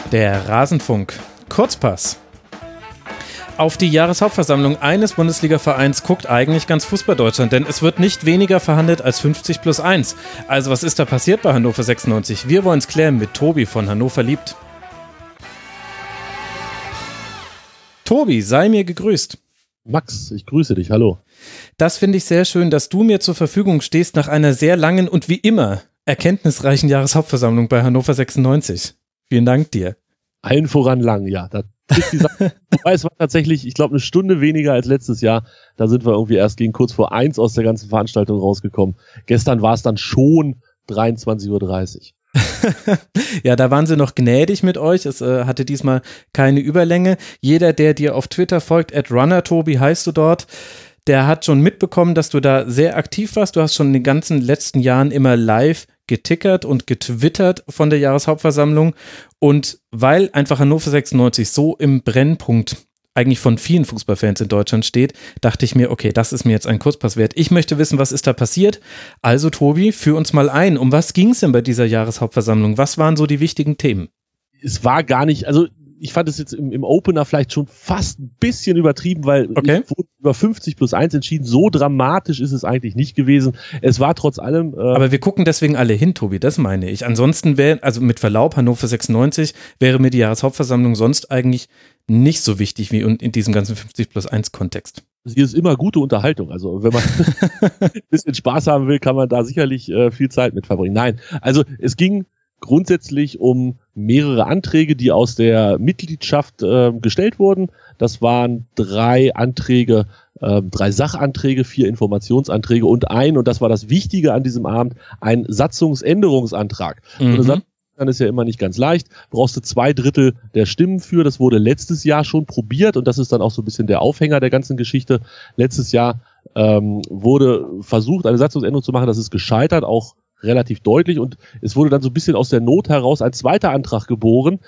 Der Rasenfunk. Kurzpass. Auf die Jahreshauptversammlung eines Bundesliga-Vereins guckt eigentlich ganz Fußball-Deutschland, denn es wird nicht weniger verhandelt als 50+1. Also was ist da passiert bei Hannover 96? Wir wollen es klären mit Tobi von Hannover liebt. Tobi, sei mir gegrüßt. Max, ich grüße dich, hallo. Das finde ich sehr schön, dass du mir zur Verfügung stehst nach einer sehr langen und wie immer erkenntnisreichen Jahreshauptversammlung bei Hannover 96. Vielen Dank dir. Allen voran lang, ja. Da trifft die Sache. Es war tatsächlich, ich glaube, eine Stunde weniger als letztes Jahr. Da sind wir irgendwie erst gegen kurz vor 1 aus der ganzen Veranstaltung rausgekommen. Gestern war es dann schon 23:30 Uhr. Ja, da waren sie noch gnädig mit euch. Es hatte diesmal keine Überlänge. Jeder, der dir auf Twitter folgt, @runnertobi heißt du dort, der hat schon mitbekommen, dass du da sehr aktiv warst. Du hast schon in den ganzen letzten Jahren immer live getickert und getwittert von der Jahreshauptversammlung. Und weil einfach Hannover 96 so im Brennpunkt eigentlich von vielen Fußballfans in Deutschland steht, dachte ich mir, okay, das ist mir jetzt ein Kurzpass wert. Ich möchte wissen, was ist da passiert. Also Tobi, führ uns mal ein. Um was ging es denn bei dieser Jahreshauptversammlung? Was waren so die wichtigen Themen? Es war gar nicht, also ich fand es jetzt im Opener vielleicht schon fast ein bisschen übertrieben, weil Okay. es wurde über 50+1 entschieden. So dramatisch ist es eigentlich nicht gewesen. Es war trotz allem... Aber wir gucken deswegen alle hin, Tobi, das meine ich. Ansonsten wäre, also mit Verlaub, Hannover 96 wäre mir die Jahreshauptversammlung sonst eigentlich nicht so wichtig wie in diesem ganzen 50+1-Kontext. Hier ist immer gute Unterhaltung. Also wenn man ein bisschen Spaß haben will, kann man da sicherlich viel Zeit mit verbringen. Nein, also es ging grundsätzlich um mehrere Anträge, die aus der Mitgliedschaft gestellt wurden. Das waren 3 Anträge, 3 Sachanträge, 4 Informationsanträge und das war das Wichtige an diesem Abend, ein Satzungsänderungsantrag. So eine Satzung ist ja immer nicht ganz leicht. Brauchst du 2/3 der Stimmen für. Das wurde letztes Jahr schon probiert und das ist dann auch so ein bisschen der Aufhänger der ganzen Geschichte. Letztes Jahr wurde versucht, eine Satzungsänderung zu machen. Das ist gescheitert, auch relativ deutlich, und es wurde dann so ein bisschen aus der Not heraus ein zweiter Antrag geboren,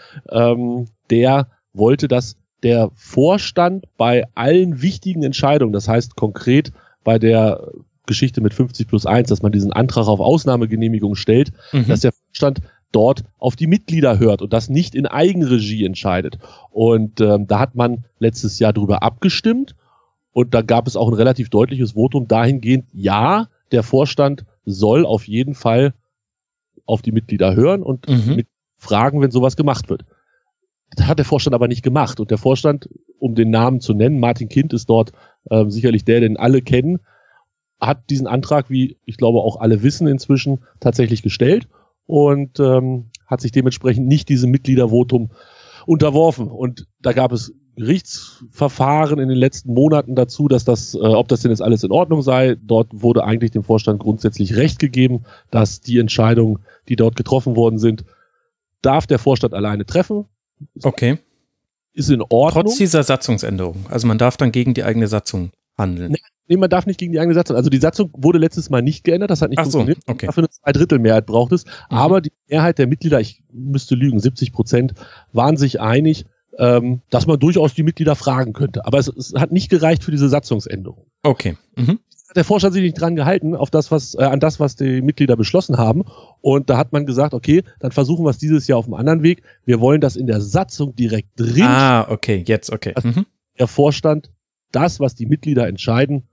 der wollte, dass der Vorstand bei allen wichtigen Entscheidungen, das heißt konkret bei der Geschichte mit 50+1, dass man diesen Antrag auf Ausnahmegenehmigung stellt, dass der Vorstand dort auf die Mitglieder hört und das nicht in Eigenregie entscheidet. Und da hat man letztes Jahr drüber abgestimmt und da gab es auch ein relativ deutliches Votum dahingehend, ja, der Vorstand soll auf jeden Fall auf die Mitglieder hören und mit fragen, wenn sowas gemacht wird. Das hat der Vorstand aber nicht gemacht. Und der Vorstand, um den Namen zu nennen, Martin Kind ist dort sicherlich der, den alle kennen, hat diesen Antrag, wie ich glaube auch alle wissen inzwischen, tatsächlich gestellt und hat sich dementsprechend nicht diesem Mitgliedervotum unterworfen. Und da gab es Gerichtsverfahren in den letzten Monaten dazu, dass das, ob das denn jetzt alles in Ordnung sei. Dort wurde eigentlich dem Vorstand grundsätzlich Recht gegeben, dass die Entscheidungen, die dort getroffen worden sind, darf der Vorstand alleine treffen. Okay. Ist in Ordnung. Trotz dieser Satzungsänderung. Also man darf dann gegen die eigene Satzung handeln. Nee, man darf nicht gegen die eigene Satzung. Also die Satzung wurde letztes Mal nicht geändert, das hat nicht funktioniert. Okay. Dafür eine 2/3 braucht es. Aber die Mehrheit der Mitglieder, ich müsste lügen, 70%, waren sich einig, dass man durchaus die Mitglieder fragen könnte. Aber es hat nicht gereicht für diese Satzungsänderung. Okay. Der Vorstand hat sich nicht dran gehalten, auf das, an das, was die Mitglieder beschlossen haben. Und da hat man gesagt, okay, dann versuchen wir es dieses Jahr auf einem anderen Weg. Wir wollen das in der Satzung direkt drin. Okay, jetzt, okay. Der Vorstand das, was die Mitglieder entscheiden,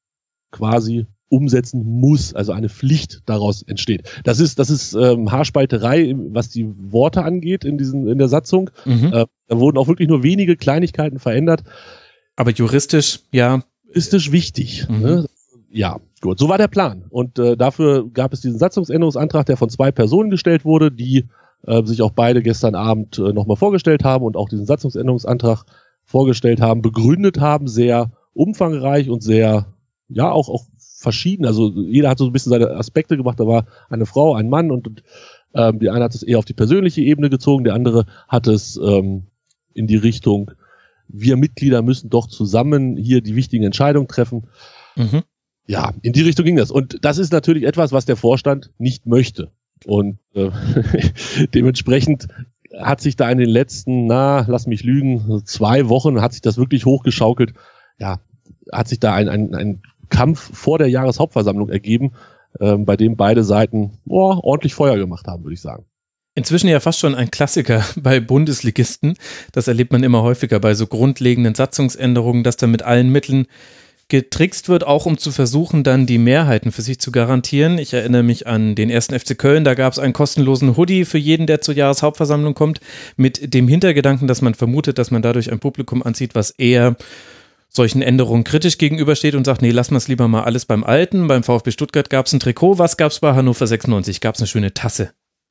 quasi umsetzen muss, also eine Pflicht daraus entsteht. Das ist Haarspalterei, was die Worte angeht in der Satzung. Da wurden auch wirklich nur wenige Kleinigkeiten verändert. Aber juristisch, ja. Juristisch wichtig. Ne? Ja, gut. So war der Plan. Und dafür gab es diesen Satzungsänderungsantrag, der von 2 Personen gestellt wurde, die sich auch beide gestern Abend nochmal vorgestellt haben und auch diesen Satzungsänderungsantrag vorgestellt haben, begründet haben, sehr umfangreich und sehr, ja, auch verschieden. Also jeder hat so ein bisschen seine Aspekte gemacht. Da war eine Frau, ein Mann und die eine hat es eher auf die persönliche Ebene gezogen, der andere hat es in die Richtung, wir Mitglieder müssen doch zusammen hier die wichtigen Entscheidungen treffen. Ja, in die Richtung ging das. Und das ist natürlich etwas, was der Vorstand nicht möchte. Und dementsprechend hat sich da in den letzten, lass mich lügen, 2 Wochen hat sich das wirklich hochgeschaukelt. Ja, hat sich da ein Kampf vor der Jahreshauptversammlung ergeben, bei dem beide Seiten ordentlich Feuer gemacht haben, würde ich sagen. Inzwischen ja fast schon ein Klassiker bei Bundesligisten. Das erlebt man immer häufiger bei so grundlegenden Satzungsänderungen, dass da mit allen Mitteln getrickst wird, auch um zu versuchen, dann die Mehrheiten für sich zu garantieren. Ich erinnere mich an den 1. FC Köln, da gab es einen kostenlosen Hoodie für jeden, der zur Jahreshauptversammlung kommt, mit dem Hintergedanken, dass man vermutet, dass man dadurch ein Publikum anzieht, was eher solchen Änderungen kritisch gegenübersteht und sagt, nee, lassen wir es lieber mal alles beim Alten. Beim VfB Stuttgart gab es ein Trikot, was gab es bei Hannover 96? Gab es eine schöne Tasse?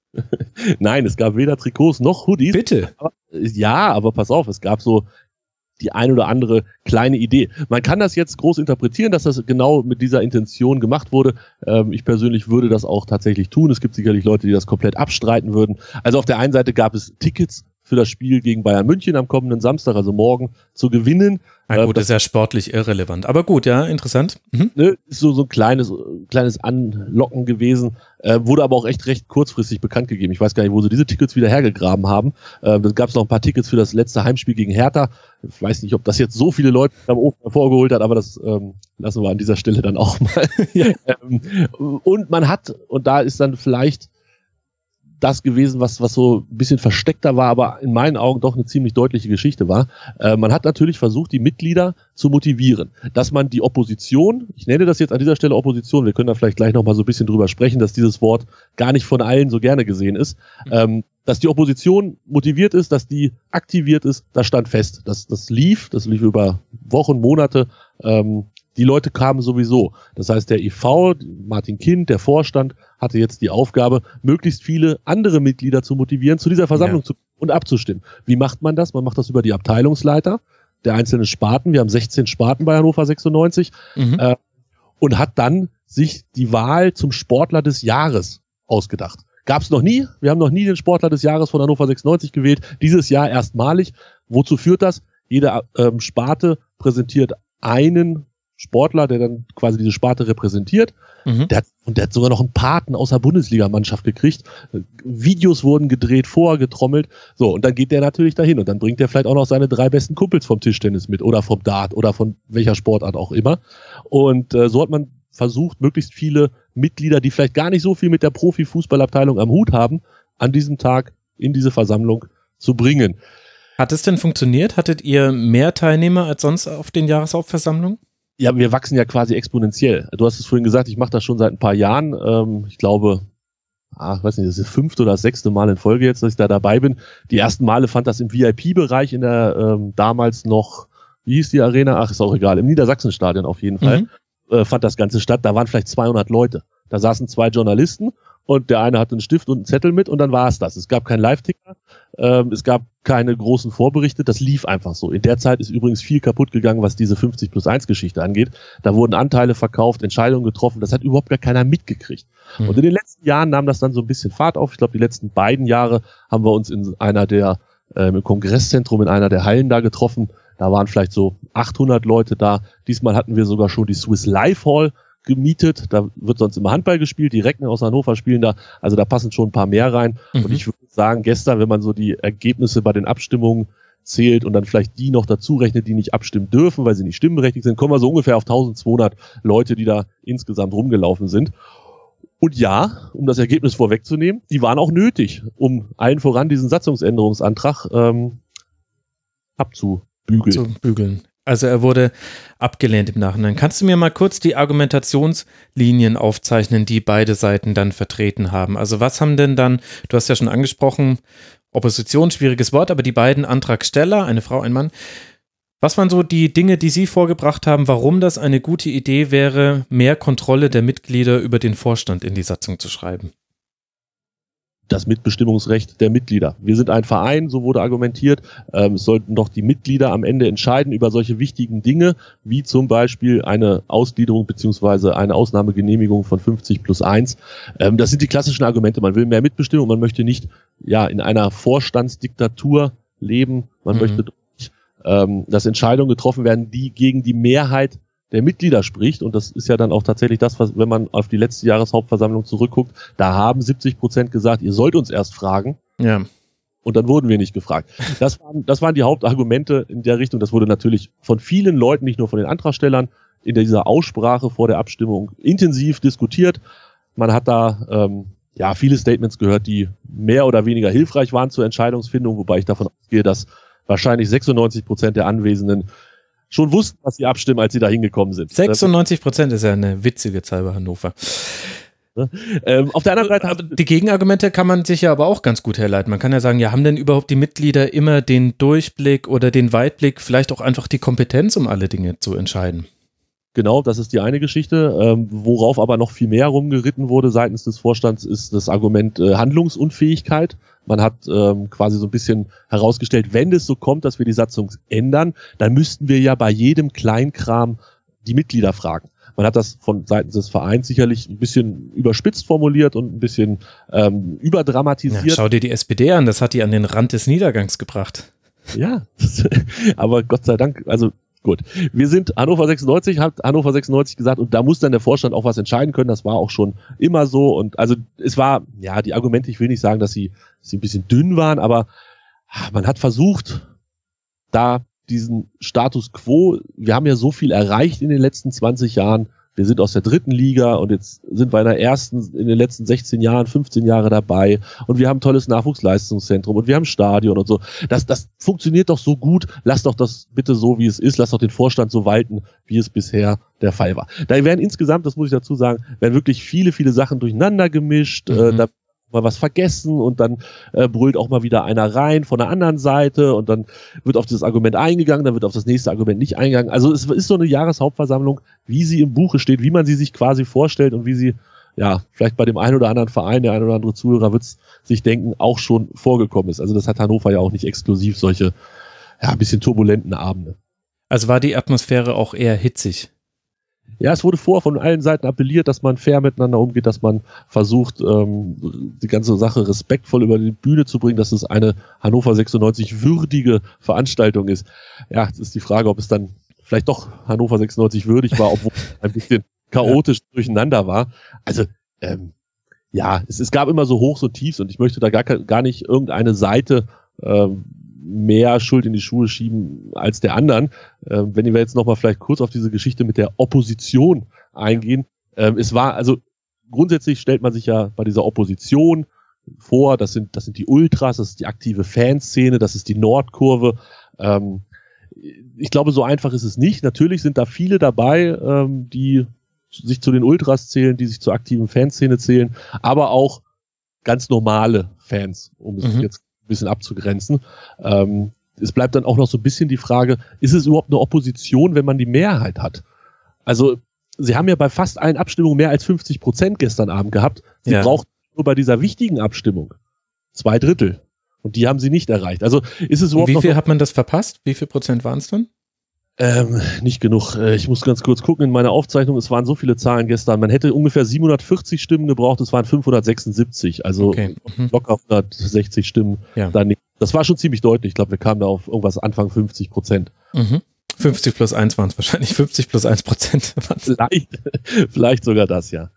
Nein, es gab weder Trikots noch Hoodies. Bitte? Aber pass auf, es gab so die ein oder andere kleine Idee. Man kann das jetzt groß interpretieren, dass das genau mit dieser Intention gemacht wurde. Ich persönlich würde das auch tatsächlich tun. Es gibt sicherlich Leute, die das komplett abstreiten würden. Also auf der einen Seite gab es Tickets für das Spiel gegen Bayern München am kommenden Samstag, also morgen, zu gewinnen. Na gut, das ist ja sportlich irrelevant. Aber gut, ja, interessant. Ist so ein kleines Anlocken gewesen, wurde aber auch echt recht kurzfristig bekannt gegeben. Ich weiß gar nicht, wo sie diese Tickets wieder hergegraben haben. Dann gab es noch ein paar Tickets für das letzte Heimspiel gegen Hertha. Ich weiß nicht, ob das jetzt so viele Leute am Ofen hervorgeholt hat, aber das lassen wir an dieser Stelle dann auch mal. Ja. Und man hat, und da ist dann vielleicht das gewesen, was so ein bisschen versteckter war, aber in meinen Augen doch eine ziemlich deutliche Geschichte war. Man hat natürlich versucht, die Mitglieder zu motivieren, dass man die Opposition, ich nenne das jetzt an dieser Stelle Opposition, wir können da vielleicht gleich nochmal so ein bisschen drüber sprechen, dass dieses Wort gar nicht von allen so gerne gesehen ist, dass die Opposition motiviert ist, dass die aktiviert ist, das stand fest. Das lief über Wochen, Monate, die Leute kamen sowieso. Das heißt, der e.V., Martin Kind, der Vorstand, hatte jetzt die Aufgabe, möglichst viele andere Mitglieder zu motivieren, zu dieser Versammlung zu und abzustimmen. Wie macht man das? Man macht das über die Abteilungsleiter der einzelnen Sparten. Wir haben 16 Sparten bei Hannover 96 und hat dann sich die Wahl zum Sportler des Jahres ausgedacht. Gab es noch nie. Wir haben noch nie den Sportler des Jahres von Hannover 96 gewählt. Dieses Jahr erstmalig. Wozu führt das? Jede Sparte präsentiert einen Sportler, der dann quasi diese Sparte repräsentiert. Der hat sogar noch einen Paten aus der Bundesligamannschaft gekriegt. Videos wurden gedreht, vorgetrommelt. So, und dann geht der natürlich dahin und dann bringt er vielleicht auch noch seine 3 besten Kumpels vom Tischtennis mit oder vom Dart oder von welcher Sportart auch immer. Und so hat man versucht, möglichst viele Mitglieder, die vielleicht gar nicht so viel mit der Profifußballabteilung am Hut haben, an diesem Tag in diese Versammlung zu bringen. Hat es denn funktioniert? Hattet ihr mehr Teilnehmer als sonst auf den Jahreshauptversammlungen? Ja, wir wachsen ja quasi exponentiell. Du hast es vorhin gesagt, ich mache das schon seit ein paar Jahren. Ich glaube, weiß nicht, das ist das 5. oder das 6. Mal in Folge jetzt, dass ich da dabei bin. Die ersten Male fand das im VIP-Bereich in der damals noch, wie hieß die Arena? Ist auch egal, im Niedersachsenstadion auf jeden Fall. Fand das Ganze statt. Da waren vielleicht 200 Leute. Da saßen 2 Journalisten und der eine hatte einen Stift und einen Zettel mit und dann war es das. Es gab keinen Live-Ticker, es gab keine großen Vorberichte, das lief einfach so. In der Zeit ist übrigens viel kaputt gegangen, was diese 50+1 Geschichte angeht. Da wurden Anteile verkauft, Entscheidungen getroffen, das hat überhaupt gar keiner mitgekriegt. Und in den letzten Jahren nahm das dann so ein bisschen Fahrt auf. Ich glaube, die letzten beiden Jahre haben wir uns in einer der, im Kongresszentrum in einer der Hallen da getroffen. Da waren vielleicht so 800 Leute da. Diesmal hatten wir sogar schon die Swiss Life Hall gemietet. Da wird sonst immer Handball gespielt. Die Recken aus Hannover spielen da. Also da passen schon ein paar mehr rein. Und ich würde sagen, gestern, wenn man so die Ergebnisse bei den Abstimmungen zählt und dann vielleicht die noch dazu rechnet, die nicht abstimmen dürfen, weil sie nicht stimmberechtigt sind, kommen wir so ungefähr auf 1200 Leute, die da insgesamt rumgelaufen sind. Und ja, um das Ergebnis vorwegzunehmen, die waren auch nötig, um allen voran diesen Satzungsänderungsantrag abzubügeln. Also er wurde abgelehnt im Nachhinein. Kannst du mir mal kurz die Argumentationslinien aufzeichnen, die beide Seiten dann vertreten haben? Also was haben denn dann, du hast ja schon angesprochen, Opposition, schwieriges Wort, aber die beiden Antragsteller, eine Frau, ein Mann, was waren so die Dinge, die sie vorgebracht haben, warum das eine gute Idee wäre, mehr Kontrolle der Mitglieder über den Vorstand in die Satzung zu schreiben? Das Mitbestimmungsrecht der Mitglieder. Wir sind ein Verein, so wurde argumentiert. Es sollten doch die Mitglieder am Ende entscheiden über solche wichtigen Dinge, wie zum Beispiel eine Ausgliederung beziehungsweise eine Ausnahmegenehmigung von 50+1. Das sind die klassischen Argumente. Man will mehr Mitbestimmung, man möchte nicht in einer Vorstandsdiktatur leben. Man möchte, dass Entscheidungen getroffen werden, die gegen die Mehrheit der Mitglieder spricht, und das ist ja dann auch tatsächlich das, was, wenn man auf die letzte Jahreshauptversammlung zurückguckt, da haben 70% gesagt, ihr sollt uns erst fragen. Ja. Und dann wurden wir nicht gefragt. Das waren die Hauptargumente in der Richtung. Das wurde natürlich von vielen Leuten, nicht nur von den Antragstellern, in dieser Aussprache vor der Abstimmung intensiv diskutiert. Man hat da ja, viele Statements gehört, die mehr oder weniger hilfreich waren zur Entscheidungsfindung, wobei ich davon ausgehe, dass wahrscheinlich 96% der Anwesenden schon wussten, was sie abstimmen, als sie da hingekommen sind. 96% ist ja eine witzige Zahl bei Hannover. Auf der anderen Seite... Die Gegenargumente kann man sich ja aber auch ganz gut herleiten. Man kann ja sagen, ja, haben denn überhaupt die Mitglieder immer den Durchblick oder den Weitblick, vielleicht auch einfach die Kompetenz, um alle Dinge zu entscheiden? Genau, das ist die eine Geschichte. Worauf aber noch viel mehr rumgeritten wurde seitens des Vorstands, ist das Argument Handlungsunfähigkeit. Man hat quasi so ein bisschen herausgestellt, wenn es so kommt, dass wir die Satzung ändern, dann müssten wir ja bei jedem Kleinkram die Mitglieder fragen. Man hat das von seitens des Vereins sicherlich ein bisschen überspitzt formuliert und ein bisschen überdramatisiert. Ja, schau dir die SPD an, das hat die an den Rand des Niedergangs gebracht. Ja, aber Gott sei Dank, also gut, wir sind Hannover 96, hat Hannover 96 gesagt, und da muss dann der Vorstand auch was entscheiden können, das war auch schon immer so, und also es war, ja, die Argumente, ich will nicht sagen, dass sie ein bisschen dünn waren, aber man hat versucht, da diesen Status quo, wir haben ja so viel erreicht in den letzten 20 Jahren, wir sind aus der 3. Liga und jetzt sind wir in den letzten 16 Jahren, 15 Jahre dabei und wir haben ein tolles Nachwuchsleistungszentrum und wir haben ein Stadion und so. Das funktioniert doch so gut. Lass doch das bitte so, wie es ist. Lass doch den Vorstand so walten, wie es bisher der Fall war. Da werden insgesamt, das muss ich dazu sagen, werden wirklich viele, viele Sachen durcheinander gemischt. Da mal was vergessen und dann brüllt auch mal wieder einer rein von der anderen Seite und dann wird auf dieses Argument eingegangen, dann wird auf das nächste Argument nicht eingegangen. Also es ist so eine Jahreshauptversammlung, wie sie im Buche steht, wie man sie sich quasi vorstellt und wie sie, ja, vielleicht bei dem einen oder anderen Verein, der ein oder andere Zuhörer wird es sich denken, auch schon vorgekommen ist. Also das hat Hannover ja auch nicht exklusiv, solche, ja, ein bisschen turbulenten Abende. Also war die Atmosphäre auch eher hitzig? Ja, es wurde von allen Seiten appelliert, dass man fair miteinander umgeht, dass man versucht, die ganze Sache respektvoll über die Bühne zu bringen, dass es eine Hannover 96 würdige Veranstaltung ist. Ja, jetzt ist die Frage, ob es dann vielleicht doch Hannover 96 würdig war, obwohl es ein bisschen chaotisch durcheinander war. Also, ja, es gab immer so Hochs und Tiefs und ich möchte da gar nicht irgendeine Seite mehr Schuld in die Schuhe schieben als der anderen. Wenn wir jetzt nochmal vielleicht kurz auf diese Geschichte mit der Opposition eingehen. Es war, also grundsätzlich stellt man sich ja bei dieser Opposition vor, das sind die Ultras, das ist die aktive Fanszene, das ist die Nordkurve. Ich glaube, so einfach ist es nicht. Natürlich sind da viele dabei, die sich zu den Ultras zählen, die sich zur aktiven Fanszene zählen, aber auch ganz normale Fans, um es jetzt ein bisschen abzugrenzen. Es bleibt dann auch noch so ein bisschen die Frage, ist es überhaupt eine Opposition, wenn man die Mehrheit hat? Also, sie haben ja bei fast allen Abstimmungen mehr als 50% gestern Abend gehabt. Sie brauchten nur bei dieser wichtigen Abstimmung 2/3. Und die haben sie nicht erreicht. Also, ist es überhaupt noch... Wie viel hat man das verpasst? Wie viel Prozent waren es dann? Nicht genug. Ich muss ganz kurz gucken in meiner Aufzeichnung. Es waren so viele Zahlen gestern. Man hätte ungefähr 740 Stimmen gebraucht. Es waren 576. Also locker 160 Stimmen. Ja. Das war schon ziemlich deutlich. Ich glaube, wir kamen da auf irgendwas Anfang 50%. 50 plus 1 waren es wahrscheinlich. 50 plus 1%. Vielleicht sogar das, ja.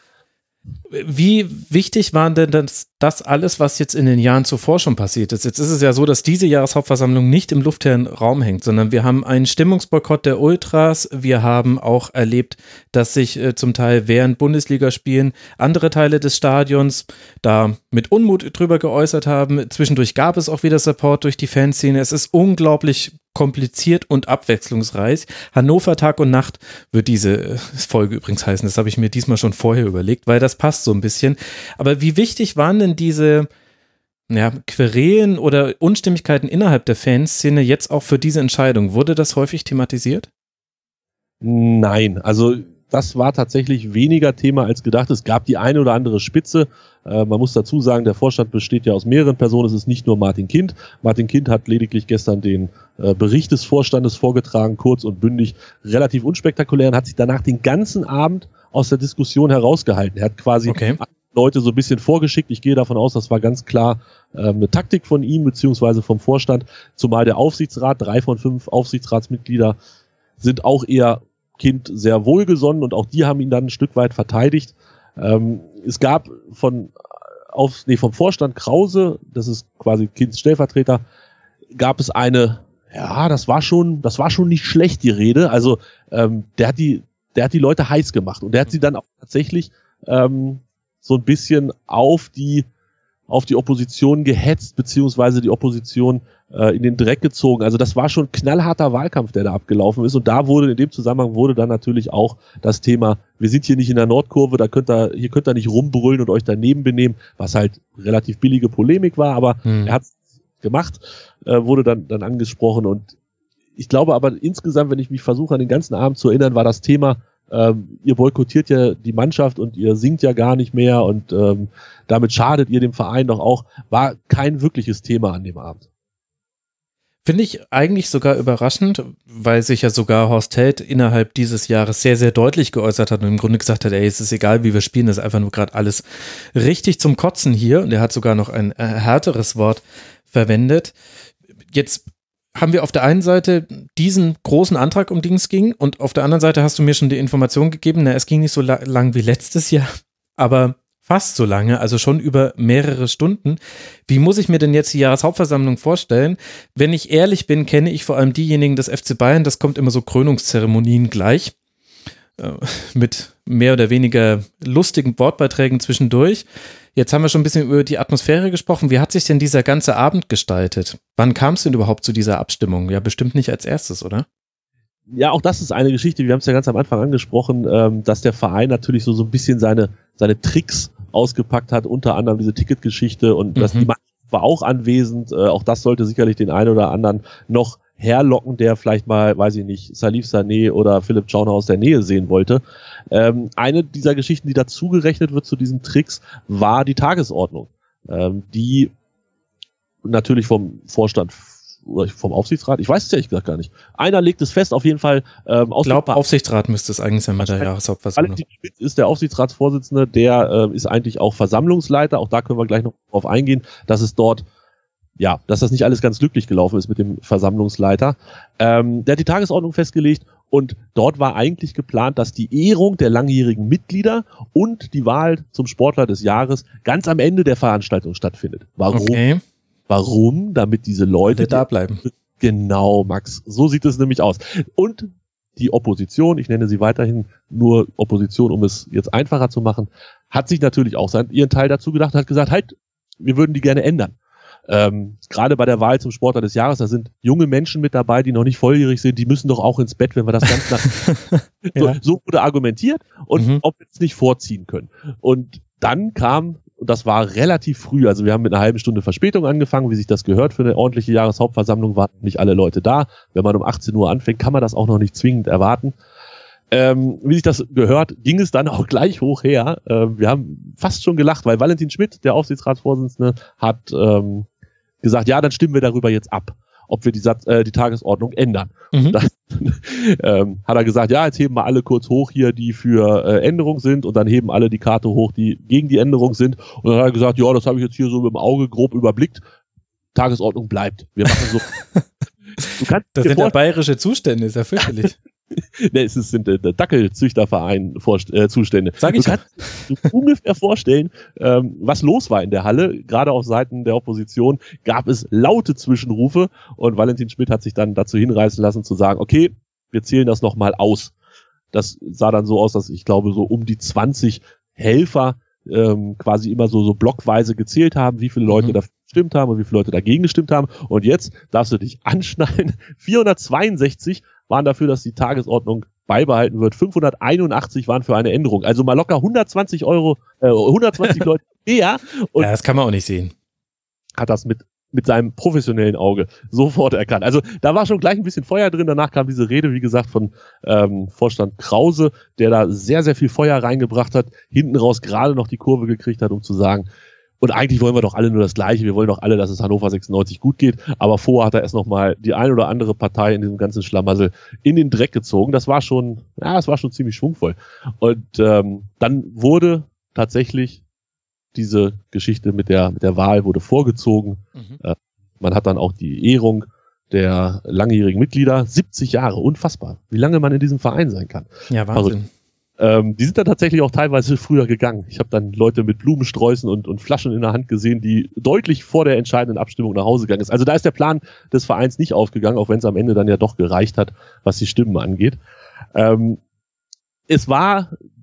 Wie wichtig war denn das alles, was jetzt in den Jahren zuvor schon passiert ist? Jetzt ist es ja so, dass diese Jahreshauptversammlung nicht im luftleeren Raum hängt, sondern wir haben einen Stimmungsboykott der Ultras. Wir haben auch erlebt, dass sich zum Teil während Bundesligaspielen andere Teile des Stadions da mit Unmut drüber geäußert haben. Zwischendurch gab es auch wieder Support durch die Fanszene. Es ist unglaublich kompliziert und abwechslungsreich. Hannover Tag und Nacht wird diese Folge übrigens heißen. Das habe ich mir diesmal schon vorher überlegt, weil das passt so ein bisschen. Aber wie wichtig waren denn diese Querelen oder Unstimmigkeiten innerhalb der Fanszene jetzt auch für diese Entscheidung? Wurde das häufig thematisiert? Nein, also das war tatsächlich weniger Thema als gedacht. Es gab die eine oder andere Spitze. Man muss dazu sagen, der Vorstand besteht ja aus mehreren Personen. Es ist nicht nur Martin Kind. Martin Kind hat lediglich gestern den Bericht des Vorstandes vorgetragen, kurz und bündig, relativ unspektakulär, und hat sich danach den ganzen Abend aus der Diskussion herausgehalten. Er hat quasi Leute so ein bisschen vorgeschickt. Ich gehe davon aus, das war ganz klar eine Taktik von ihm beziehungsweise vom Vorstand, zumal der Aufsichtsrat, 3 von 5 Aufsichtsratsmitglieder sind auch eher Kind sehr wohlgesonnen und auch die haben ihn dann ein Stück weit verteidigt. Es gab vom Vorstand Krause, das ist quasi Kinds Stellvertreter, gab es eine, das war schon nicht schlecht, die Rede. Also der hat die Leute heiß gemacht und der hat sie dann auch tatsächlich so ein bisschen auf die Opposition gehetzt, beziehungsweise die Opposition in den Dreck gezogen. Also das war schon knallharter Wahlkampf, der da abgelaufen ist. Und da wurde in dem Zusammenhang dann natürlich auch das Thema, wir sind hier nicht in der Nordkurve, hier könnt ihr nicht rumbrüllen und euch daneben benehmen, was halt relativ billige Polemik war, aber er hat es gemacht, wurde dann angesprochen. Und ich glaube aber insgesamt, wenn ich mich versuche, an den ganzen Abend zu erinnern, war das Thema, ihr boykottiert ja die Mannschaft und ihr singt ja gar nicht mehr und damit schadet ihr dem Verein doch auch, war kein wirkliches Thema an dem Abend. Finde ich eigentlich sogar überraschend, weil sich ja sogar Horst Held innerhalb dieses Jahres sehr, sehr deutlich geäußert hat und im Grunde gesagt hat, ey, es ist egal, wie wir spielen, das ist einfach nur gerade alles richtig zum Kotzen hier, und er hat sogar noch ein härteres Wort verwendet. Jetzt haben wir auf der einen Seite diesen großen Antrag, um den es ging, und auf der anderen Seite hast du mir schon die Information gegeben, es ging nicht so lang wie letztes Jahr, aber fast so lange, also schon über mehrere Stunden. Wie muss ich mir denn jetzt die Jahreshauptversammlung vorstellen? Wenn ich ehrlich bin, kenne ich vor allem diejenigen des FC Bayern, das kommt immer so Krönungszeremonien gleich, mit mehr oder weniger lustigen Wortbeiträgen zwischendurch. Jetzt haben wir schon ein bisschen über die Atmosphäre gesprochen. Wie hat sich denn dieser ganze Abend gestaltet? Wann kam es denn überhaupt zu dieser Abstimmung? Ja, bestimmt nicht als erstes, oder? Ja, auch das ist eine Geschichte, wir haben es ja ganz am Anfang angesprochen, dass der Verein natürlich so ein bisschen seine Tricks ausgepackt hat, unter anderem diese Ticketgeschichte, und dass die Mannschaft war auch anwesend. Auch das sollte sicherlich den einen oder anderen noch herlocken, der vielleicht mal, weiß ich nicht, Salif Sané oder Philipp Schauner aus der Nähe sehen wollte. Eine dieser Geschichten, die dazugerechnet wird zu diesen Tricks, war die Tagesordnung, die natürlich vom Vorstand oder vom Aufsichtsrat, ich weiß es ehrlich gesagt gar nicht. Einer legt es fest, auf jeden Fall. Ich glaube, Aufsichtsrat müsste es eigentlich sein bei der Jahreshauptversammlung. Valentin Schmidt ist der Aufsichtsratsvorsitzende, der ist eigentlich auch Versammlungsleiter, auch da können wir gleich noch drauf eingehen, dass das nicht alles ganz glücklich gelaufen ist mit dem Versammlungsleiter. Der hat die Tagesordnung festgelegt und dort war eigentlich geplant, dass die Ehrung der langjährigen Mitglieder und die Wahl zum Sportler des Jahres ganz am Ende der Veranstaltung stattfindet. Warum? Okay. Warum? Damit diese Leute da bleiben. Genau, Max. So sieht es nämlich aus. Und die Opposition, ich nenne sie weiterhin nur Opposition, um es jetzt einfacher zu machen, hat sich natürlich auch ihren Teil dazu gedacht, hat gesagt, halt, wir würden die gerne ändern. Gerade bei der Wahl zum Sportler des Jahres, da sind junge Menschen mit dabei, die noch nicht volljährig sind, die müssen doch auch ins Bett, wenn wir das ganz so wurde argumentiert und ob wir es nicht vorziehen können. Und dann kam, und das war relativ früh, also wir haben mit einer halben Stunde Verspätung angefangen, wie sich das gehört für eine ordentliche Jahreshauptversammlung, waren nicht alle Leute da. Wenn man um 18 Uhr anfängt, kann man das auch noch nicht zwingend erwarten. Wie sich das gehört, ging es dann auch gleich hoch her. Wir haben fast schon gelacht, weil Valentin Schmidt, der Aufsichtsratsvorsitzende, hat gesagt, ja, dann stimmen wir darüber jetzt ab, ob wir die Tagesordnung ändern. Dann hat er gesagt, ja, jetzt heben wir alle kurz hoch hier, die für Änderung sind, und dann heben alle die Karte hoch, die gegen die Änderung sind. Und dann hat er gesagt, ja, das habe ich jetzt hier so mit dem Auge grob überblickt. Tagesordnung bleibt. Wir machen so. Das sind ja bayerische Zustände, ist ja fürchterlich. Ne, es sind der Dackelzüchterverein Zustände. Sag ich. Du kannst dir ungefähr vorstellen, was los war in der Halle. Gerade auf Seiten der Opposition gab es laute Zwischenrufe, und Valentin Schmidt hat sich dann dazu hinreißen lassen zu sagen, okay, wir zählen das nochmal aus. Das sah dann so aus, dass ich glaube, so um die 20 Helfer quasi immer so blockweise gezählt haben, wie viele Leute dafür gestimmt haben und wie viele Leute dagegen gestimmt haben. Und jetzt darfst du dich anschneiden. 462 waren dafür, dass die Tagesordnung beibehalten wird. 581 waren für eine Änderung. Also mal locker 120 Leute mehr. Und ja, das kann man auch nicht sehen. Hat das mit seinem professionellen Auge sofort erkannt. Also da war schon gleich ein bisschen Feuer drin. Danach kam diese Rede, wie gesagt, von Vorstand Krause, der da sehr, sehr viel Feuer reingebracht hat, hinten raus gerade noch die Kurve gekriegt hat, um zu sagen, und eigentlich wollen wir doch alle nur das Gleiche. Wir wollen doch alle, dass es Hannover 96 gut geht. Aber vorher hat er erst nochmal die ein oder andere Partei in diesem ganzen Schlamassel in den Dreck gezogen. Das war schon ziemlich schwungvoll. Und dann wurde tatsächlich diese Geschichte mit der Wahl wurde vorgezogen. Man hat dann auch die Ehrung der langjährigen Mitglieder. 70 Jahre, unfassbar, wie lange man in diesem Verein sein kann. Ja, Wahnsinn. Die sind dann tatsächlich auch teilweise früher gegangen. Ich habe dann Leute mit Blumensträußen und Flaschen in der Hand gesehen, die deutlich vor der entscheidenden Abstimmung nach Hause gegangen ist. Also da ist der Plan des Vereins nicht aufgegangen, auch wenn es am Ende dann ja doch gereicht hat, was die Stimmen angeht. Es war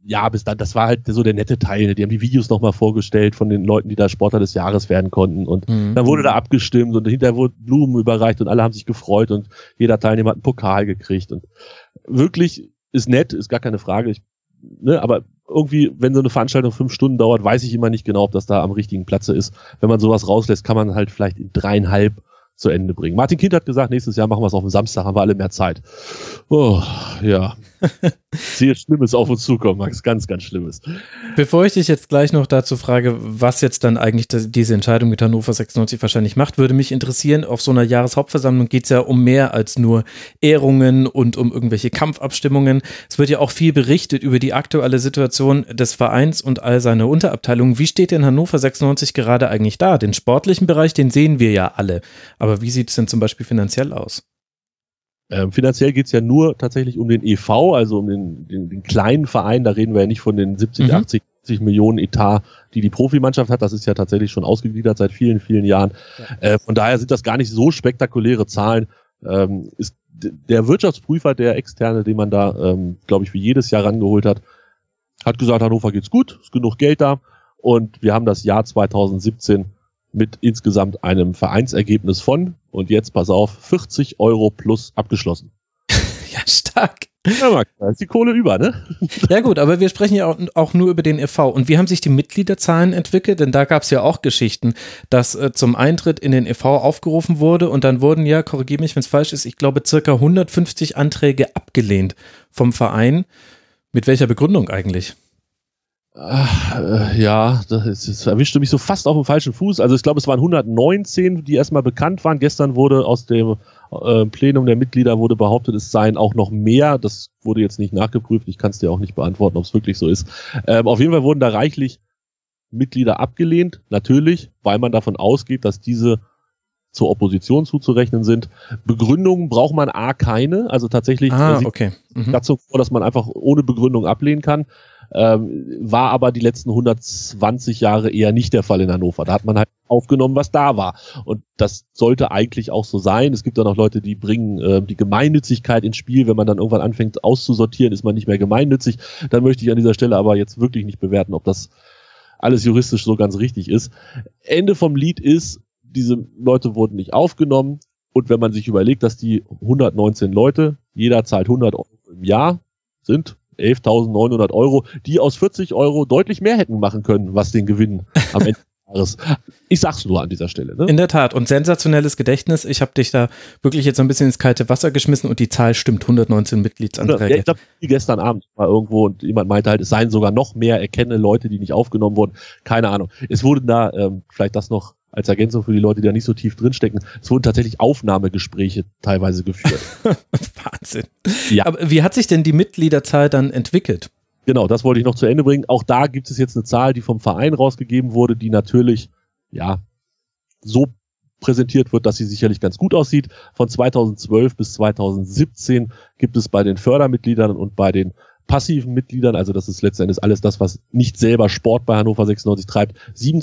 ja, bis dann, das war halt so der nette Teil. Die haben die Videos nochmal vorgestellt von den Leuten, die da Sportler des Jahres werden konnten. Und dann wurde da abgestimmt und hinterher wurden Blumen überreicht und alle haben sich gefreut und jeder Teilnehmer hat einen Pokal gekriegt. Und wirklich ist nett, ist gar keine Frage. Aber irgendwie, wenn so eine Veranstaltung 5 Stunden dauert, weiß ich immer nicht genau, ob das da am richtigen Platze ist. Wenn man sowas rauslässt, kann man halt vielleicht in 3,5 zu Ende bringen. Martin Kind hat gesagt, nächstes Jahr machen wir es auf dem Samstag, haben wir alle mehr Zeit. Oh, ja. Sehr Schlimmes auf uns zukommen, Max. Ganz, ganz Schlimmes. Bevor ich dich jetzt gleich noch dazu frage, was jetzt dann eigentlich diese Entscheidung mit Hannover 96 wahrscheinlich macht, würde mich interessieren, auf so einer Jahreshauptversammlung geht es ja um mehr als nur Ehrungen und um irgendwelche Kampfabstimmungen. Es wird ja auch viel berichtet über die aktuelle Situation des Vereins und all seine Unterabteilungen. Wie steht denn Hannover 96 gerade eigentlich da? Den sportlichen Bereich, den sehen wir ja alle. Aber wie sieht es denn zum Beispiel finanziell aus? Finanziell geht's ja nur tatsächlich um den e.V., also um den kleinen Verein. Da reden wir ja nicht von den 70, 80 Millionen Etat, die die Profimannschaft hat. Das ist ja tatsächlich schon ausgegliedert seit vielen, vielen Jahren. Ja. Von daher sind das gar nicht so spektakuläre Zahlen. Ist der Wirtschaftsprüfer, der Externe, den man da, glaube ich, wie jedes Jahr rangeholt hat gesagt, Hannover geht's gut, ist genug Geld da. Und wir haben das Jahr 2017 mit insgesamt einem Vereinsergebnis von, und jetzt pass auf, 40 € plus abgeschlossen. Ja, stark. Ja, Max, da ist die Kohle über, ne? Ja gut, aber wir sprechen ja auch nur über den e.V. Und wie haben sich die Mitgliederzahlen entwickelt? Denn da gab es ja auch Geschichten, dass zum Eintritt in den e.V. aufgerufen wurde und dann wurden ja, korrigiere mich, wenn es falsch ist, ich glaube circa 150 Anträge abgelehnt vom Verein. Mit welcher Begründung eigentlich? Ja, das erwischte mich so fast auf dem falschen Fuß. Also ich glaube, es waren 119, die erstmal bekannt waren. Gestern wurde aus dem Plenum der Mitglieder wurde behauptet, es seien auch noch mehr. Das wurde jetzt nicht nachgeprüft. Ich kann es dir auch nicht beantworten, ob es wirklich so ist. Auf jeden Fall wurden da reichlich Mitglieder abgelehnt. Natürlich, weil man davon ausgeht, dass diese zur Opposition zuzurechnen sind. Begründungen braucht man keine. Also tatsächlich sieht dazu vor, dass man einfach ohne Begründung ablehnen kann. War aber die letzten 120 Jahre eher nicht der Fall in Hannover. Da hat man halt aufgenommen, was da war. Und das sollte eigentlich auch so sein. Es gibt dann auch Leute, die bringen die Gemeinnützigkeit ins Spiel. Wenn man dann irgendwann anfängt auszusortieren, ist man nicht mehr gemeinnützig. Dann möchte ich an dieser Stelle aber jetzt wirklich nicht bewerten, ob das alles juristisch so ganz richtig ist. Ende vom Lied ist, diese Leute wurden nicht aufgenommen. Und wenn man sich überlegt, dass die 119 Leute, jeder zahlt 100 € im Jahr, sind 11.900 €, die aus 40 € deutlich mehr hätten machen können, was den Gewinn am Ende des Jahres. Ich sag's nur an dieser Stelle. Ne? In der Tat. Und sensationelles Gedächtnis. Ich habe dich da wirklich jetzt ein bisschen ins kalte Wasser geschmissen und die Zahl stimmt, 119 Mitgliedsanträge. Ja, ich glaube, gestern Abend war irgendwo und jemand meinte halt, es seien sogar noch mehr erkennende Leute, die nicht aufgenommen wurden. Keine Ahnung. Es wurden da, vielleicht das noch als Ergänzung für die Leute, die da nicht so tief drinstecken, es wurden tatsächlich Aufnahmegespräche teilweise geführt. Wahnsinn. Ja. Aber wie hat sich denn die Mitgliederzahl dann entwickelt? Genau, das wollte ich noch zu Ende bringen. Auch da gibt es jetzt eine Zahl, die vom Verein rausgegeben wurde, die natürlich, ja, so präsentiert wird, dass sie sicherlich ganz gut aussieht. Von 2012 bis 2017 gibt es bei den Fördermitgliedern und bei den passiven Mitgliedern, also das ist letztendlich alles das, was nicht selber Sport bei Hannover 96 treibt,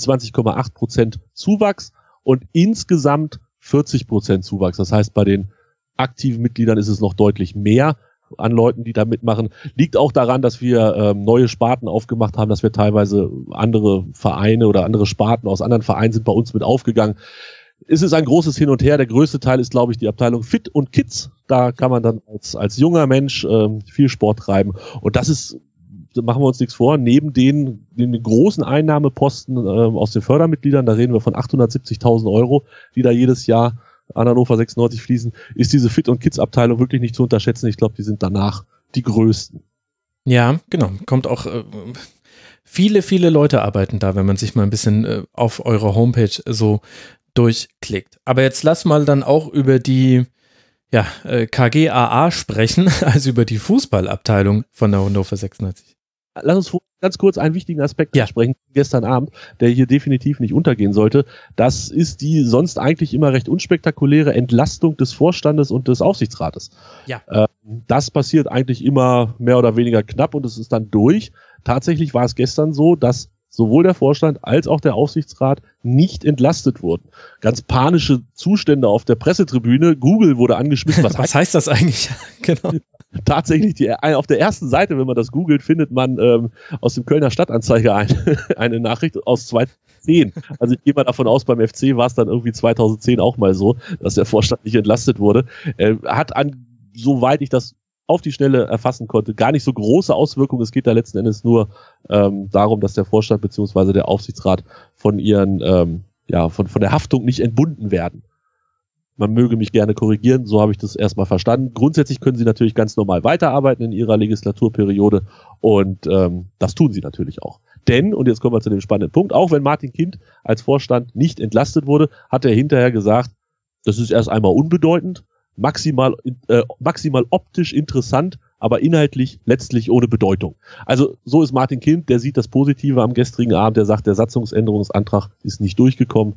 27,8% Zuwachs und insgesamt 40% Zuwachs. Das heißt, bei den aktiven Mitgliedern ist es noch deutlich mehr an Leuten, die da mitmachen. Liegt auch daran, dass wir neue Sparten aufgemacht haben, dass wir teilweise andere Vereine oder andere Sparten aus anderen Vereinen sind bei uns mit aufgegangen. Es ist ein großes Hin und Her. Der größte Teil ist, glaube ich, die Abteilung Fit und Kids. Da kann man dann als junger Mensch viel Sport treiben. Und das ist, machen wir uns nichts vor, neben den großen Einnahmeposten aus den Fördermitgliedern, da reden wir von 870.000 €, die da jedes Jahr an Hannover 96 fließen, ist diese Fit- und Kids-Abteilung wirklich nicht zu unterschätzen. Ich glaube, die sind danach die größten. Ja, genau. Kommt auch viele, viele Leute arbeiten da, wenn man sich mal ein bisschen auf eurer Homepage so durchklickt. Aber jetzt lass mal dann auch über die KGaA sprechen, also über die Fußballabteilung von der Hannover 96. Lass uns ganz kurz einen wichtigen Aspekt ansprechen, gestern Abend, der hier definitiv nicht untergehen sollte. Das ist die sonst eigentlich immer recht unspektakuläre Entlastung des Vorstandes und des Aufsichtsrates. Ja. Das passiert eigentlich immer mehr oder weniger knapp und es ist dann durch. Tatsächlich war es gestern so, dass sowohl der Vorstand als auch der Aufsichtsrat nicht entlastet wurden. Ganz panische Zustände auf der Pressetribüne. Google wurde angeschmissen. Was heißt das eigentlich? Genau. Tatsächlich, auf der ersten Seite, wenn man das googelt, findet man aus dem Kölner Stadtanzeiger eine Nachricht aus 2010. Also ich gehe mal davon aus, beim FC war es dann irgendwie 2010 auch mal so, dass der Vorstand nicht entlastet wurde. Hat soweit ich das auf die Schnelle erfassen konnte, gar nicht so große Auswirkungen. Es geht da letzten Endes nur darum, dass der Vorstand bzw. der Aufsichtsrat von ihren, von der Haftung nicht entbunden werden. Man möge mich gerne korrigieren, so habe ich das erstmal verstanden. Grundsätzlich können sie natürlich ganz normal weiterarbeiten in ihrer Legislaturperiode und das tun sie natürlich auch. Denn, und jetzt kommen wir zu dem spannenden Punkt, auch wenn Martin Kind als Vorstand nicht entlastet wurde, hat er hinterher gesagt, das ist erst einmal unbedeutend, maximal optisch interessant, aber inhaltlich letztlich ohne Bedeutung. Also so ist Martin Kind, der sieht das Positive am gestrigen Abend, der sagt, der Satzungsänderungsantrag ist nicht durchgekommen.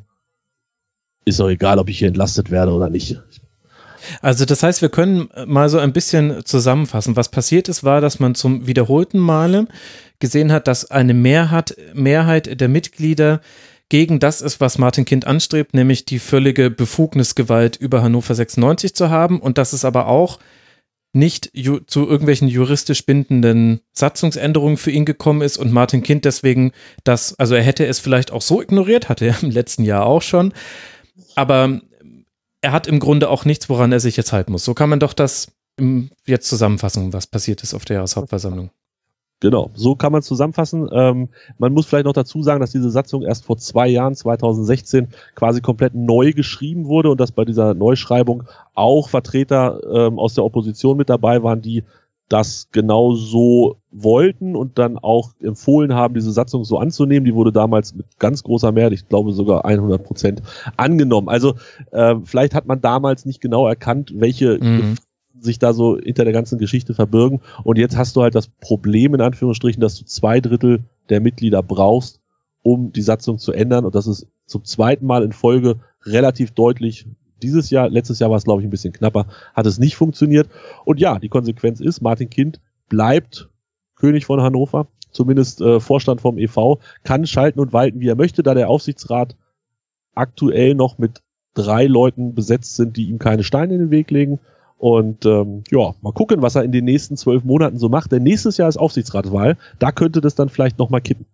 Ist doch egal, ob ich hier entlastet werde oder nicht. Also das heißt, wir können mal so ein bisschen zusammenfassen. Was passiert ist, war, dass man zum wiederholten Male gesehen hat, dass eine Mehrheit der Mitglieder gegen das ist, was Martin Kind anstrebt, nämlich die völlige Befugnisgewalt über Hannover 96 zu haben und dass es aber auch nicht zu irgendwelchen juristisch bindenden Satzungsänderungen für ihn gekommen ist und Martin Kind deswegen also er hätte es vielleicht auch so ignoriert, hatte er im letzten Jahr auch schon, aber er hat im Grunde auch nichts, woran er sich jetzt halten muss. So kann man doch das jetzt zusammenfassen, was passiert ist auf der Jahreshauptversammlung. Genau, so kann man es zusammenfassen. Man muss vielleicht noch dazu sagen, dass diese Satzung erst vor 2 Jahren, 2016, quasi komplett neu geschrieben wurde und dass bei dieser Neuschreibung auch Vertreter aus der Opposition mit dabei waren, die das genau so wollten und dann auch empfohlen haben, diese Satzung so anzunehmen. Die wurde damals mit ganz großer Mehrheit, ich glaube sogar 100% angenommen. Also vielleicht hat man damals nicht genau erkannt, welche sich da so hinter der ganzen Geschichte verbirgen. Und jetzt hast du halt das Problem, in Anführungsstrichen, dass du 2/3 der Mitglieder brauchst, um die Satzung zu ändern. Und das ist zum zweiten Mal in Folge relativ deutlich dieses Jahr. Letztes Jahr war es, glaube ich, ein bisschen knapper. Hat es nicht funktioniert. Und ja, die Konsequenz ist, Martin Kind bleibt König von Hannover, zumindest Vorstand vom e.V., kann schalten und walten, wie er möchte, da der Aufsichtsrat aktuell noch mit 3 Leuten besetzt sind, die ihm keine Steine in den Weg legen. Und mal gucken, was er in den nächsten 12 Monaten so macht. Denn nächstes Jahr ist Aufsichtsratswahl. Da könnte das dann vielleicht nochmal kippen.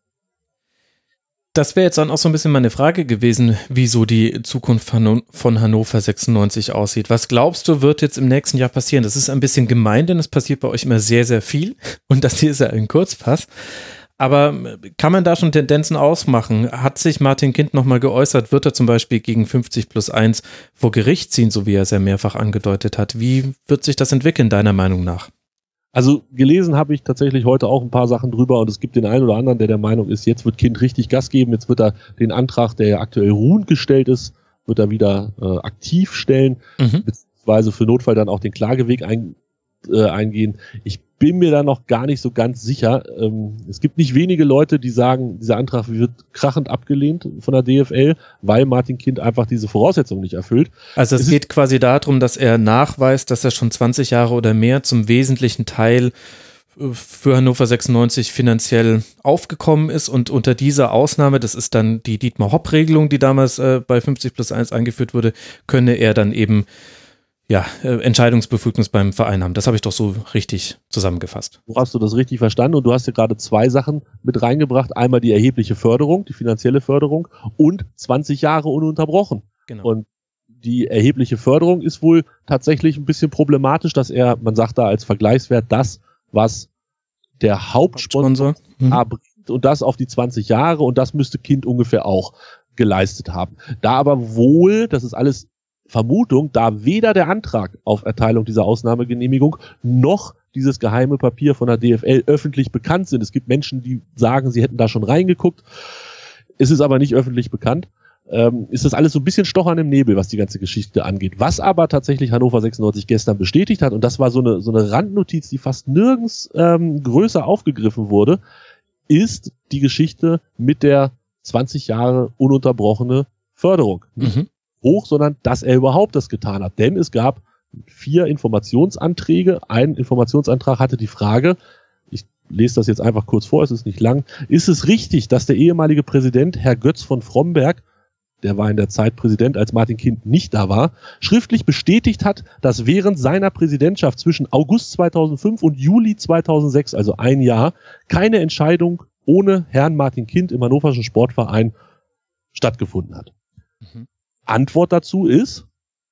Das wäre jetzt dann auch so ein bisschen meine Frage gewesen, wie so die Zukunft von Hannover 96 aussieht. Was glaubst du, wird jetzt im nächsten Jahr passieren? Das ist ein bisschen gemein, denn es passiert bei euch immer sehr, sehr viel. Und das hier ist ja ein Kurzpass. Aber kann man da schon Tendenzen ausmachen? Hat sich Martin Kind nochmal geäußert? Wird er zum Beispiel gegen 50+1 vor Gericht ziehen, so wie er es ja mehrfach angedeutet hat? Wie wird sich das entwickeln, deiner Meinung nach? Also gelesen habe ich tatsächlich heute auch ein paar Sachen drüber und es gibt den einen oder anderen, der Meinung ist, jetzt wird Kind richtig Gas geben, jetzt wird er den Antrag, der ja aktuell ruhend gestellt ist, wird er wieder aktiv stellen, beziehungsweise für Notfall dann auch den Klageweg eingehen. Ich bin mir da noch gar nicht so ganz sicher. Es gibt nicht wenige Leute, die sagen, dieser Antrag wird krachend abgelehnt von der DFL, weil Martin Kind einfach diese Voraussetzungen nicht erfüllt. Also es geht quasi darum, dass er nachweist, dass er schon 20 Jahre oder mehr zum wesentlichen Teil für Hannover 96 finanziell aufgekommen ist und unter dieser Ausnahme, das ist dann die Dietmar-Hopp-Regelung, die damals bei 50+1 eingeführt wurde, könne er dann eben Entscheidungsbefugnis beim Verein haben. Das habe ich doch so richtig zusammengefasst. So hast du das richtig verstanden und du hast ja gerade 2 Sachen mit reingebracht. Einmal die erhebliche Förderung, die finanzielle Förderung und 20 Jahre ununterbrochen. Genau. Und die erhebliche Förderung ist wohl tatsächlich ein bisschen problematisch, dass man sagt da als Vergleichswert das, was der Hauptsponsor bringt und das auf die 20 Jahre und das müsste Kind ungefähr auch geleistet haben. Da aber wohl, das ist alles Vermutung, da weder der Antrag auf Erteilung dieser Ausnahmegenehmigung noch dieses geheime Papier von der DFL öffentlich bekannt sind. Es gibt Menschen, die sagen, sie hätten da schon reingeguckt. Es ist aber nicht öffentlich bekannt. Ist das alles so ein bisschen Stochern im Nebel, was die ganze Geschichte angeht. Was aber tatsächlich Hannover 96 gestern bestätigt hat, und das war so eine Randnotiz, die fast nirgends größer aufgegriffen wurde, ist die Geschichte mit der 20 Jahre ununterbrochene Förderung. Nicht hoch, sondern dass er überhaupt das getan hat. Denn es gab 4 Informationsanträge. Ein Informationsantrag hatte die Frage, ich lese das jetzt einfach kurz vor, es ist nicht lang. Ist es richtig, dass der ehemalige Präsident, Herr Götz von Fromberg, der war in der Zeit Präsident, als Martin Kind nicht da war, schriftlich bestätigt hat, dass während seiner Präsidentschaft zwischen August 2005 und Juli 2006, also ein Jahr, keine Entscheidung ohne Herrn Martin Kind im Hannoverschen Sportverein stattgefunden hat? Antwort dazu ist,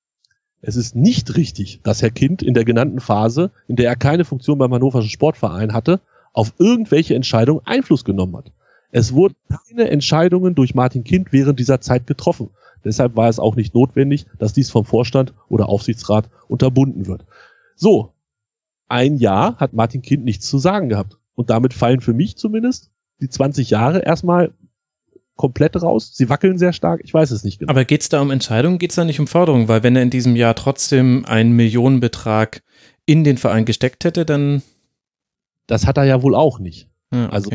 es ist nicht richtig, dass Herr Kind in der genannten Phase, in der er keine Funktion beim Hannoverschen Sportverein hatte, auf irgendwelche Entscheidungen Einfluss genommen hat. Es wurden keine Entscheidungen durch Martin Kind während dieser Zeit getroffen. Deshalb war es auch nicht notwendig, dass dies vom Vorstand oder Aufsichtsrat unterbunden wird. So, ein Jahr hat Martin Kind nichts zu sagen gehabt. Und damit fallen für mich zumindest die 20 Jahre erstmal komplett raus. Sie wackeln sehr stark, ich weiß es nicht genau. Aber geht es da um Entscheidungen, geht es da nicht um Forderungen? Weil wenn er in diesem Jahr trotzdem einen Millionenbetrag in den Verein gesteckt hätte, dann... Das hat er ja wohl auch nicht. Ja, okay. Also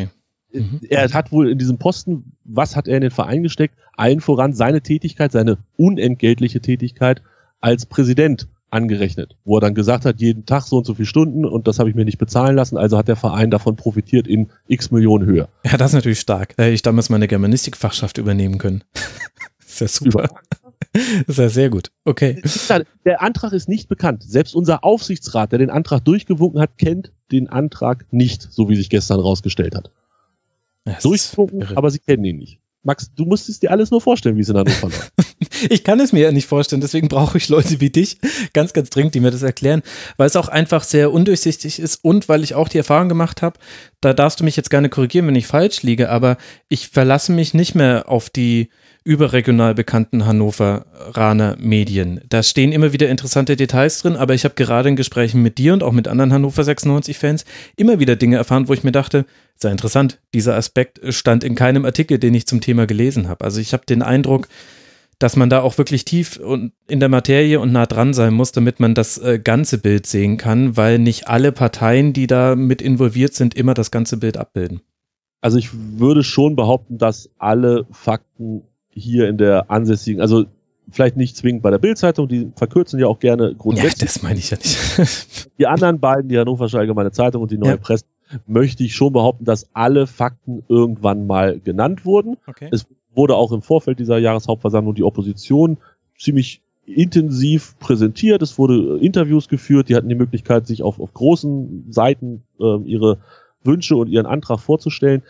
er hat wohl in diesem Posten, was hat er in den Verein gesteckt? Allen voran seine Tätigkeit, seine unentgeltliche Tätigkeit als Präsident angerechnet, wo er dann gesagt hat, jeden Tag so und so viele Stunden und das habe ich mir nicht bezahlen lassen, also hat der Verein davon profitiert in x Millionen Höhe. Ja, das ist natürlich stark. Da hätte ich damals meine Germanistik-Fachschaft übernehmen können. Das ist ja super. Das ist ja sehr gut. Okay. Der Antrag ist nicht bekannt. Selbst unser Aufsichtsrat, der den Antrag durchgewunken hat, kennt den Antrag nicht, so wie sich gestern rausgestellt hat. Durchgucken, aber sie kennen ihn nicht. Max, du musst es dir alles nur vorstellen, wie es in Hannover läuft. Ich kann es mir ja nicht vorstellen, deswegen brauche ich Leute wie dich, ganz, ganz dringend, die mir das erklären, weil es auch einfach sehr undurchsichtig ist und weil ich auch die Erfahrung gemacht habe, da darfst du mich jetzt gerne korrigieren, wenn ich falsch liege, aber ich verlasse mich nicht mehr auf die überregional bekannten Hannoveraner Medien. Da stehen immer wieder interessante Details drin, aber ich habe gerade in Gesprächen mit dir und auch mit anderen Hannover 96-Fans immer wieder Dinge erfahren, wo ich mir dachte, sehr interessant, dieser Aspekt stand in keinem Artikel, den ich zum Thema gelesen habe. Also ich habe den Eindruck, dass man da auch wirklich tief und in der Materie und nah dran sein muss, damit man das ganze Bild sehen kann, weil nicht alle Parteien, die da mit involviert sind, immer das ganze Bild abbilden. Also ich würde schon behaupten, dass alle Fakten hier in der ansässigen, also vielleicht nicht zwingend bei der Bild-Zeitung, die verkürzen ja auch gerne grundsätzlich. Ja, das meine ich ja nicht. Die anderen beiden, die Hannoversche Allgemeine Zeitung und die Neue Presse, möchte ich schon behaupten, dass alle Fakten irgendwann mal genannt wurden. Okay. Es wurde auch im Vorfeld dieser Jahreshauptversammlung die Opposition ziemlich intensiv präsentiert. Es wurde Interviews geführt, die hatten die Möglichkeit, sich auf großen Seiten ihre Wünsche und ihren Antrag vorzustellen.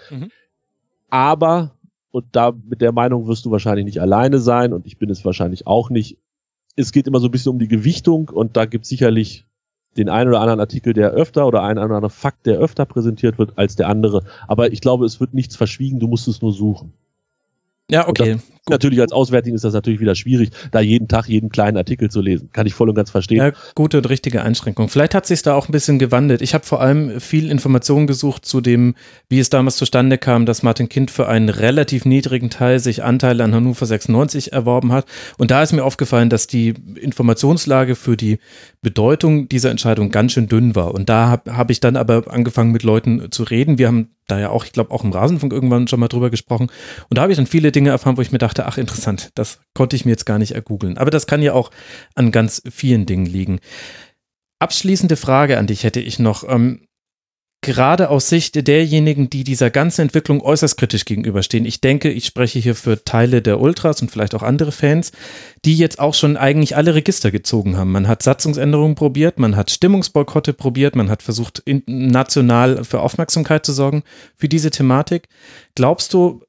Aber, und da mit der Meinung wirst du wahrscheinlich nicht alleine sein und ich bin es wahrscheinlich auch nicht, es geht immer so ein bisschen um die Gewichtung und da gibt es sicherlich den einen oder anderen Artikel, der öfter oder einen oder anderen Fakt, der öfter präsentiert wird als der andere. Aber ich glaube, es wird nichts verschwiegen, du musst es nur suchen. Ja, okay. Natürlich als Auswärtigen ist das natürlich wieder schwierig, da jeden Tag jeden kleinen Artikel zu lesen. Kann ich voll und ganz verstehen. Ja, gute und richtige Einschränkung. Vielleicht hat sich da auch ein bisschen gewandelt. Ich habe vor allem viel Informationen gesucht zu dem, wie es damals zustande kam, dass Martin Kind für einen relativ niedrigen Teil sich Anteile an Hannover 96 erworben hat. Und da ist mir aufgefallen, dass die Informationslage für die Bedeutung dieser Entscheidung ganz schön dünn war. Und da hab ich dann aber angefangen, mit Leuten zu reden. Wir haben da ja auch, ich glaube, auch im Rasenfunk irgendwann schon mal drüber gesprochen. Und da habe ich dann viele Dinge erfahren, wo ich mir dachte, ach interessant, das konnte ich mir jetzt gar nicht ergoogeln. Aber das kann ja auch an ganz vielen Dingen liegen. Abschließende Frage an dich hätte ich noch. Gerade aus Sicht derjenigen, die dieser ganzen Entwicklung äußerst kritisch gegenüberstehen. Ich denke, ich spreche hier für Teile der Ultras und vielleicht auch andere Fans, die jetzt auch schon eigentlich alle Register gezogen haben. Man hat Satzungsänderungen probiert, man hat Stimmungsboykotte probiert, man hat versucht, national für Aufmerksamkeit zu sorgen für diese Thematik. Glaubst du,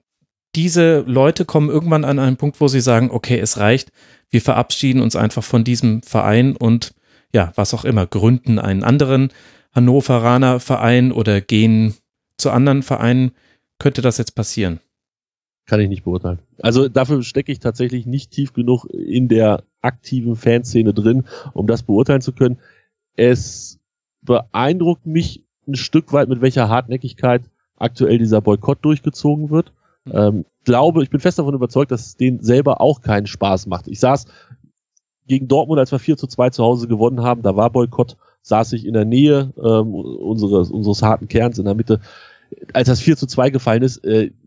diese Leute kommen irgendwann an einen Punkt, wo sie sagen, okay, es reicht, wir verabschieden uns einfach von diesem Verein und ja, was auch immer, gründen einen anderen Hannoveraner Verein oder gehen zu anderen Vereinen? Könnte das jetzt passieren? Kann ich nicht beurteilen. Also dafür stecke ich tatsächlich nicht tief genug in der aktiven Fanszene drin, um das beurteilen zu können. Es beeindruckt mich ein Stück weit, mit welcher Hartnäckigkeit aktuell dieser Boykott durchgezogen wird. Ich bin fest davon überzeugt, dass es denen selber auch keinen Spaß macht. Ich saß gegen Dortmund, als wir 4:2 zu Hause gewonnen haben, da war Boykott, saß ich in der Nähe unseres harten Kerns in der Mitte. Als das 4:2 gefallen ist,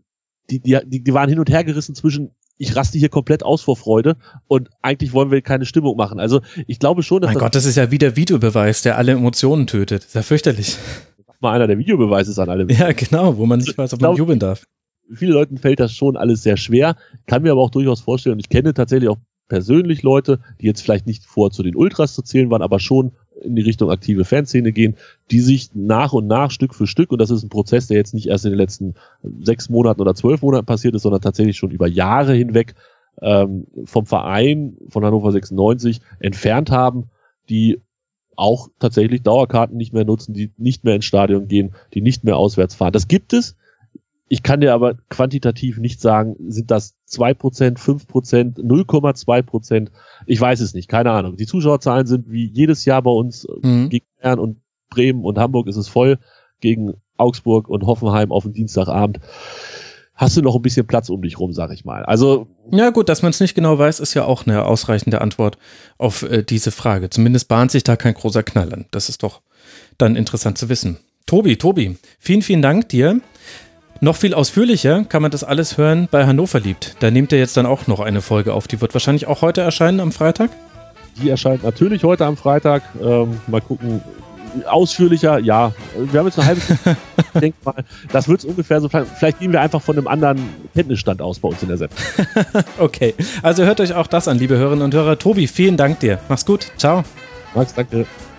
die waren hin und her gerissen zwischen, ich raste hier komplett aus vor Freude und eigentlich wollen wir keine Stimmung machen. Also ich glaube schon, dass Mein Gott, das ist ja wie der Videobeweis, der alle Emotionen tötet. Das ist ja fürchterlich. mal einer der Videobeweis ist an allem. Ja, genau, wo man nicht weiß, ob man jubeln darf. Vielen Leuten fällt das schon alles sehr schwer, kann mir aber auch durchaus vorstellen, und ich kenne tatsächlich auch persönlich Leute, die jetzt vielleicht nicht vor zu den Ultras zu zählen waren, aber schon in die Richtung aktive Fanszene gehen, die sich nach und nach, Stück für Stück, und das ist ein Prozess, der jetzt nicht erst in den letzten 6 Monaten oder 12 Monaten passiert ist, sondern tatsächlich schon über Jahre hinweg vom Verein von Hannover 96 entfernt haben, die auch tatsächlich Dauerkarten nicht mehr nutzen, die nicht mehr ins Stadion gehen, die nicht mehr auswärts fahren. Das gibt es. Ich kann dir aber quantitativ nicht sagen, sind das 2%, 5%, 0,2%? Ich weiß es nicht, keine Ahnung. Die Zuschauerzahlen sind wie jedes Jahr bei uns gegen Bayern und Bremen und Hamburg ist es voll, gegen Augsburg und Hoffenheim auf den Dienstagabend. Hast du noch ein bisschen Platz um dich rum, sag ich mal. Also ja gut, dass man es nicht genau weiß, ist ja auch eine ausreichende Antwort auf diese Frage. Zumindest bahnt sich da kein großer Knall an. Das ist doch dann interessant zu wissen. Tobi, vielen, vielen Dank dir. Noch viel ausführlicher kann man das alles hören bei Hannover liebt. Da nehmt ihr jetzt dann auch noch eine Folge auf. Die wird wahrscheinlich auch heute erscheinen am Freitag? Die erscheint natürlich heute am Freitag. Mal gucken. Ausführlicher, ja. Wir haben jetzt eine halbe Stunde. Ich denke mal, das wird es ungefähr so. Vielleicht gehen wir einfach von einem anderen Kenntnisstand aus bei uns in der Sendung. Okay, also hört euch auch das an, liebe Hörerinnen und Hörer. Tobi, vielen Dank dir. Mach's gut. Ciao. Max, danke.